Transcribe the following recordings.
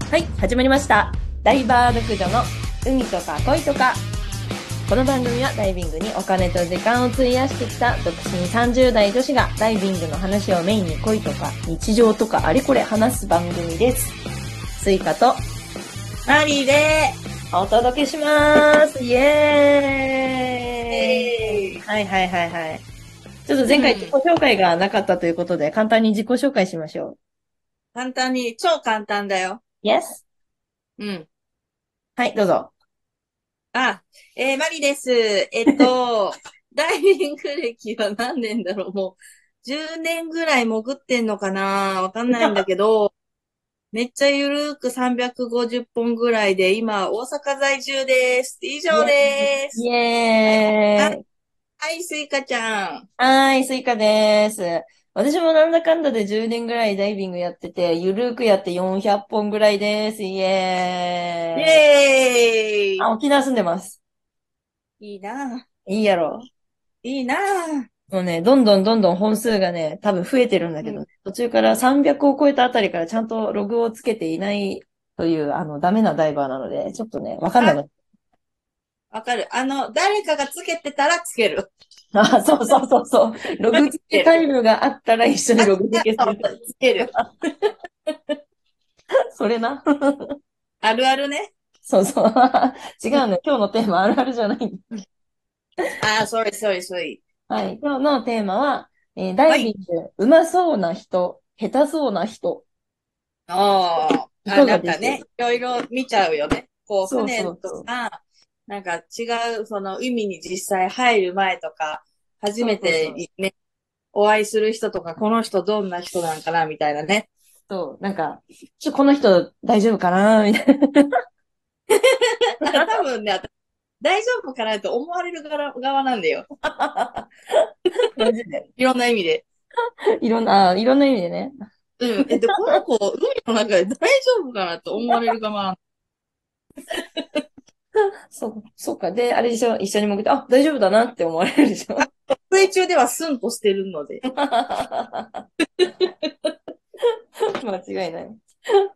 はい、始まりました。ダイバー独女の海とか恋とか。この番組はダイビングにお金と時間を費やしてきた独身30代女子がダイビングの話をメインに恋とか日常とかあれこれ話す番組です。スイカとマリーでお届けします。イエーイ。 ーす。 はいはいはいはい。ちょっとう前回自己ん。 紹介がなかったということで簡単に自己紹介しましょう。 簡単に、超簡単だよ。 Yes? うん。 はい、どうぞ。 あ、マリーです。ダイビング歴は何年だろう。もう、10年ぐらい潜ってんのかなわかんないんだけど、めっちゃゆるーく350本ぐらいで、今、大阪在住です。以上イエです。 ーイ。イはい、あ、 エーイ。 はい、スイカちゃん。 はーい、スイカです。私もなんだかんだで10年ぐらいダイビングやってて、ゆるーくやって400本ぐらいです。イイエーイ。あ、 ェーイ。 沖縄住んでます。 いいないいやろ。 いいなもうね、どんどんどんどん本数がね、多分増えてるんだうん。 けどね、途中から300を超えたあたりからちゃんとログをつけていないという、ダメなダイバーなので、ちょっとね、わかんなあ、 くなっわかる。誰かがつけてたらつける。 た。あ、そうそうそうそう。ログ付けつける。 タイムがあったら一緒にあ、 ログ付けする。 つける。 それな。 あるあるね。 そうそう。違うん。 うね。今日のテーマあるあるじゃない。 あー、それ。 はい。今日のテーマは、ダはい。 イビング、うまそうな人、下手そうな人、いかがなんかね、 でしょう？ いろいろ見ちゃうよね。こう、 そう船そうそう。 とか、なんか違う、その海に実際入る前とか、初そうめそうそう。 てね、お会いする人とか、この人どんな人なんかな、みたいなね。 そう、なんか、この人大丈夫かなみたい多分ね、大丈夫かなと思われる側なんだよ。 な。マジで。 いろんな意味で。 いろんな意味でね。 うん。この子、海の中で大丈夫かなと思われる側なんだ。 そう、そうか。で、あれでしょ、一緒に潜って、あ、大丈夫だなって思われるでしょ。 水中ではスンとしてるので。 間違いない。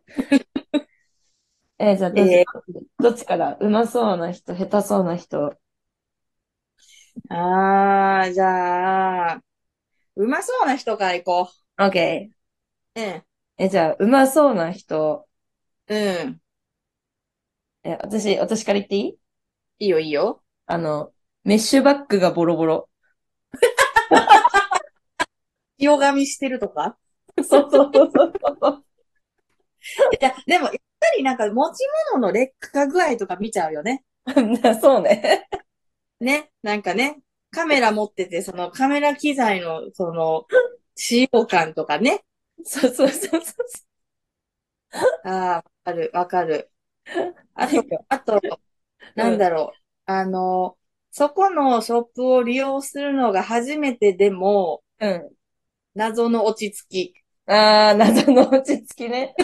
じゃあえどっちからうまそうな人、下手そうな人。 じゃあ、うまそうな人から行こ OK。 う。うん、 じゃあ、うまそうな人。 うん。 私から言っていい？ いいよ、いいよ。 あの、メッシュバッグがボロボロ。 塩噛してるとか。 そうそうそうそう。 いや、でも、やっぱりなんか持ち物の劣化具合とか見ちゃうよね。 そうね。 ね。なんかね、カメラ持ってて、そのカメラ機材の、その、使用感とかね。 そうそうそうそう。 ああ、わかる、わかる。あと、 なんか、 なんうん、 だろう。そこのショップを利用するのが初めてでも、 うん。 謎の落ち着き。 ああ、謎の落ち着きね。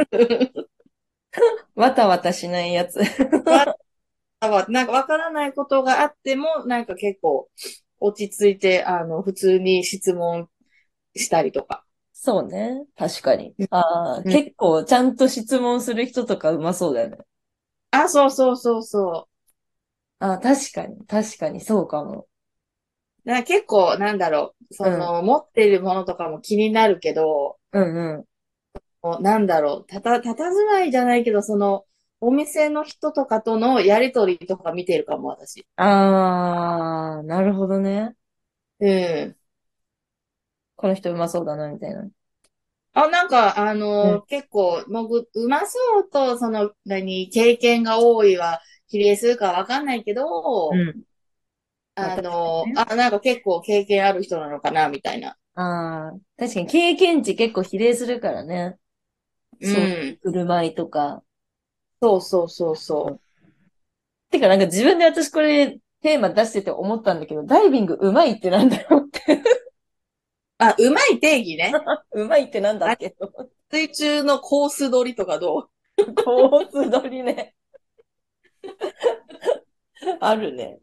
わたわたしないやつ。 なんかわからないことがあっても、なんか結構落ち着いて、普通に質問したりとか。 そうね。確かに。ああ、 うん。 結構ちゃんと質問する人とかうまそうだよね。 あ、そうそうそうそああ、確かに。確かに、そうかも。 う。結構、なんだろう、 うん。 持ってるものとかも気になるけど、 うんうん。 なんだろう、たたずまいじゃないけど、お店の人とかとのやりとりとか見てるかも、私。 ああ、なるほどね。 うん。 この人うまそうだな、みたいな。 なんか、 うん。 結構、うまそうと、経験が多いは、比例するかわかんないけど、 うん。まあ確かにね。 なんか結構経験ある人なのかな、みたいな。 ああ、確かに経験値結構比例するからね。 うそういうん。 振る舞いとか。 そうそうそううん。 そう。 てかなんか自分で私これテーマ出してて思ったんだけど、ダイビングうまいってなんだろうって。 あ、うまい定義ね。 うまいってなんだっあ、 け？ 水中のコース取りとかどう？ コース取りね。あるね。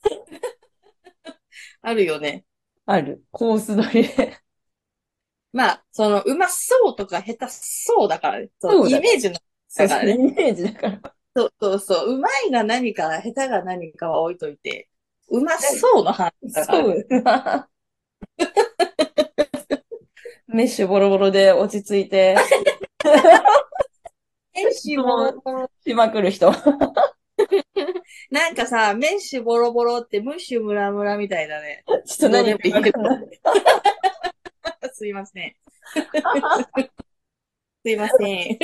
あるよね。 ある。コース取りね。 まあ、うまそうとか下手そうだからね。 そうだね。 イメージのそうそう、イだからね。 メージだから。 そうそうそう。うまいが何か、下手が何かは置いといて、うまそうの範囲だからね。 そう。メッシュボロボロで落ち着いて、 メッシュボロ質問ボロ。 しまくる人。 なんかさ、メッシュボロボロってムッシュムラムラみたいだね。 ちょっとどう何言ってるでもいいけど。 かわかんない。 すいません。すいません。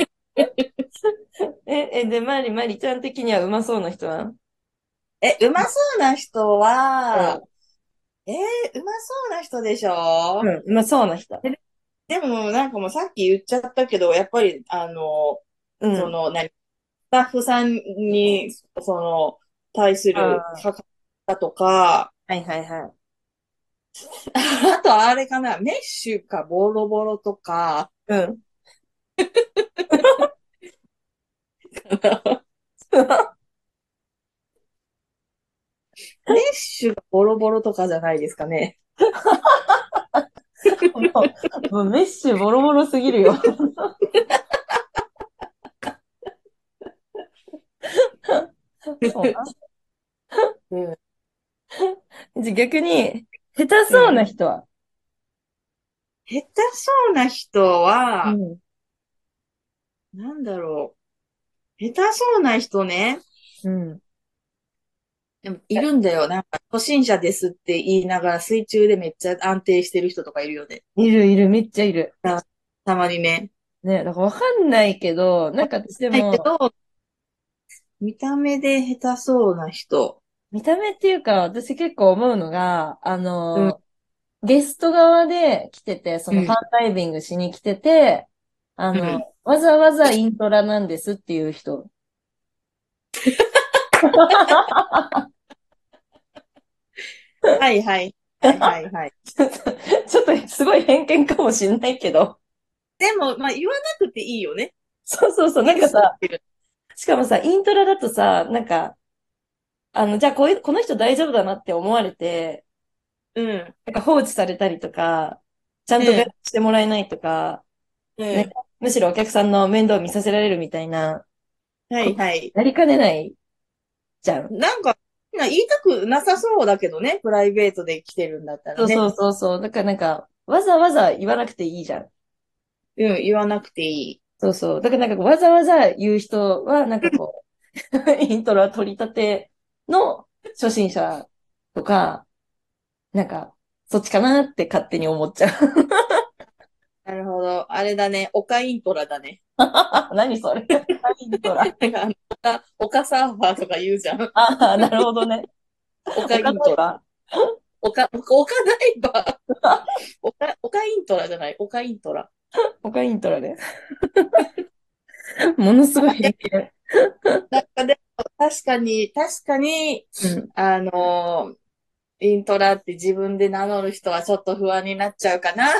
で、マリちゃん的にはうまそうな人は？ うまそうな人は、 うん。 うまそうな人でしょ？ うん、うまそうな人。 ででも、なんかもうさっき言っちゃったけど、やっぱり、 うん。 その、スタッフさんに、対すあるあ、 方とか、 はいはいはい。 あとあれかな、メッシュかボロボロとか、 うん。 メッシュがボロボロとかじゃないですかね。 もうメッシュボロボロすぎるよ。そうな。 うん。 じゃあ逆に、下手そううん。 な人は？ 下手そうな人は、 うん。 なんだろう。下手そうな人ね。 うん。 でもいるんだよ。なんか、初心者ですって言いながら水中でめっちゃ安定してる人とかいるよね。 いるいる、めっちゃいる。 たまにね。 ね、だからわかんないけど、なんか私でも、 はいけど、見た目で下手そうな人。 見た目っていうか、私結構思うのが、 うん、 ゲスト側で来てて、そうん、 のファンダイビングしに来てて、 うん。 わざわざイントラなんですっていう人。 はいはい。はいはいはい。 ちょっとすごい偏見かもしんないけど。 でも、まあ言わなくていいよね。 そうそうそう、なんゲスト来かさ、 てる。 しかもさ、イントラだとさ、なんか、じゃあこの人大丈夫だなって思われて、 うん、 なんか放置されたりとか、ちゃんとガイドうん、 してもらえないとか、 うね、 ん。 むしろお客さんの面倒を見させられるみたいなはこといはい。 やりかねないじゃん。 なんか、言いたくなさそうだけどね。プライベートで来てるんだったらね。 そうそうそうそう。だからなんか、わざわざ言わなくていいじゃん。 うん、言わなくていい。 そうそう。だからなんかわざわざ言う人は、なんかこう、イントロ取り立ての初心者とか、なんか、そっちかなって勝手に思っちゃう。 なるほど。あれだね。オカイントラだね。 何それ。イントラ。 なんかオカサーファーとか言うじゃん。 ああ、なるほどね。 オカ置かイントラ。 ないわ。 オカダイバー。オカイントラじゃない。オカイントラ。 置かイントラで。ものすごい偏見。 なんかでも、確かに、 うん。 あのイントラって自分で名乗る人はちょっと不安になっちゃうかな。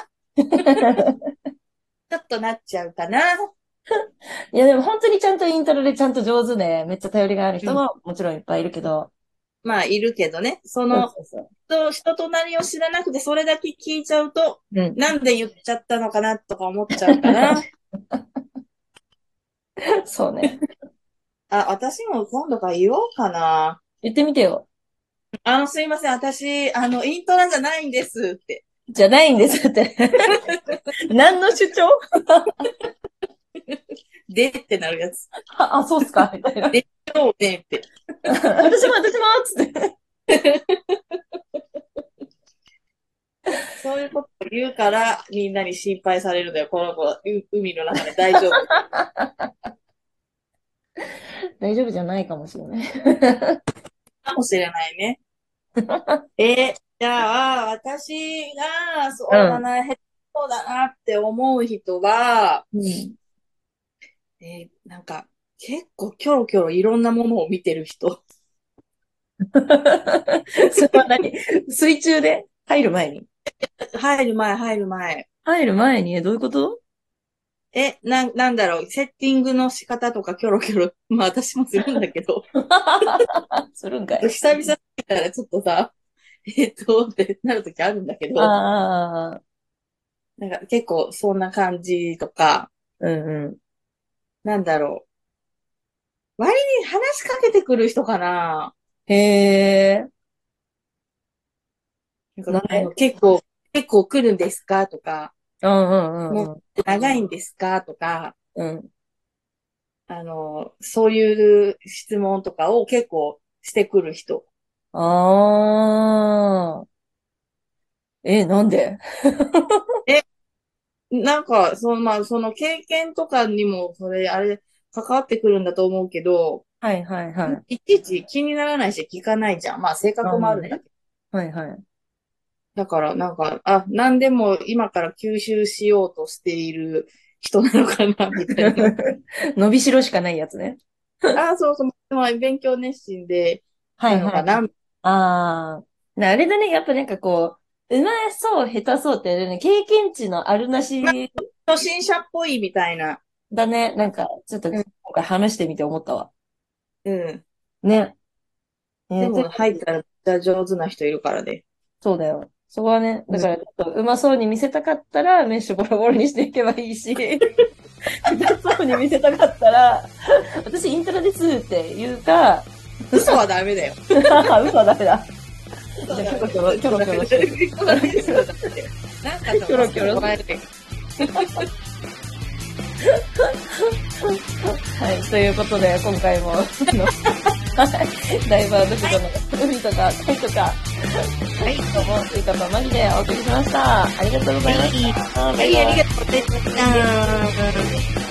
ちょっとなっちゃうかな。 いや、でも本当にちゃんとイントロでちゃんと上手で、めっちゃ頼りがあるうん。 人ももちろんいっぱいいるけど、 まあ、いるけどね。 そうそうそう。 人となりを知らなくてそれだけ聞いちゃうと、 うん。 なんで言っちゃったのかなとか思っちゃうかな。 そうね。 あ、私も今度から言おうかな。 言ってみてよ。 すいません。私、イントラじゃないんですって。 じゃないんですって。何の主張？ でってなるやつ。 あ、そうっすかみたいな。 で、そうねって。 私もつって。 そういうことを言うから、みんなに心配されるんだよ。この子、海の中で大丈夫大丈夫じゃないかもしれない。 かもしれないね。じゃあ、私が、 うん。 そうだな、下手そうだなって思う人は、 うん。 なんか、結構キョロキョロいろんなものを見てる人。 それは何？水中で入る前に？ 入る前。 入る前にどういうこと？ なんだろう、セッティングの仕方とかキョロキョロ、まあ私もするんだけど、 するんかい。 久々に見たらちょっとさ、ってなるときあるんだけど、 ああ、 なんか結構そんな感じとか、 うんうん。 なんだろう。 割に話しかけてくる人かな。 へえ。 なんか、 なんで？ 結構来るんですかとか、 うんうんうもんうん。 う長いんですかとか、 うん。 そういう質問とかを結構してくる人。 ああ。なんで？ え、なんか、その経験とかにも、あれ、関わってくるんだと思うけど、 はいはいはい。 いちいち気にならないし聞かないじゃん。まあ、性ああ、まあね。 格もあるんだけど。 はいはい。 だから、なんか、何でも今から吸収しようとしている人なのかな、みたいな。 伸びしろしかないやつね。 そうそう、まあ、勉強熱心で、 はいはいはい。 なのかな。 ああ。あれだね。やっぱなんかこう、うまそう、下手そうってあれだね、経験値のあるなまあ、 し初心者っぽいみたいな。 だね。なんか、ちょっと今うん、 回話してみて思ったわ。 うん。 ね。 でも、 ということで、 入ったらめっちゃ上手な人いるからね。 そうだよ。そこはね、 うん。 だからちょっとうまそうに見せたかったら、メッシュボロボロにしていけばいいし、下手そうに見せたかったら、私イントロですって言うか、 嘘はダメだよ。 嘘はダメだ。じゃあ、 嘘はダメだよ。 キョロキョロ、キョロキョロしてる。 嘘だけ嘘だってなんかキョロキョロもらえる。 はい、ということで、今回も、ダイバー独自の海とか貝とか、 はい。 どうも、ゆいかとマジでお送りしました。ありがとうございました。 はい、ありがとうございました。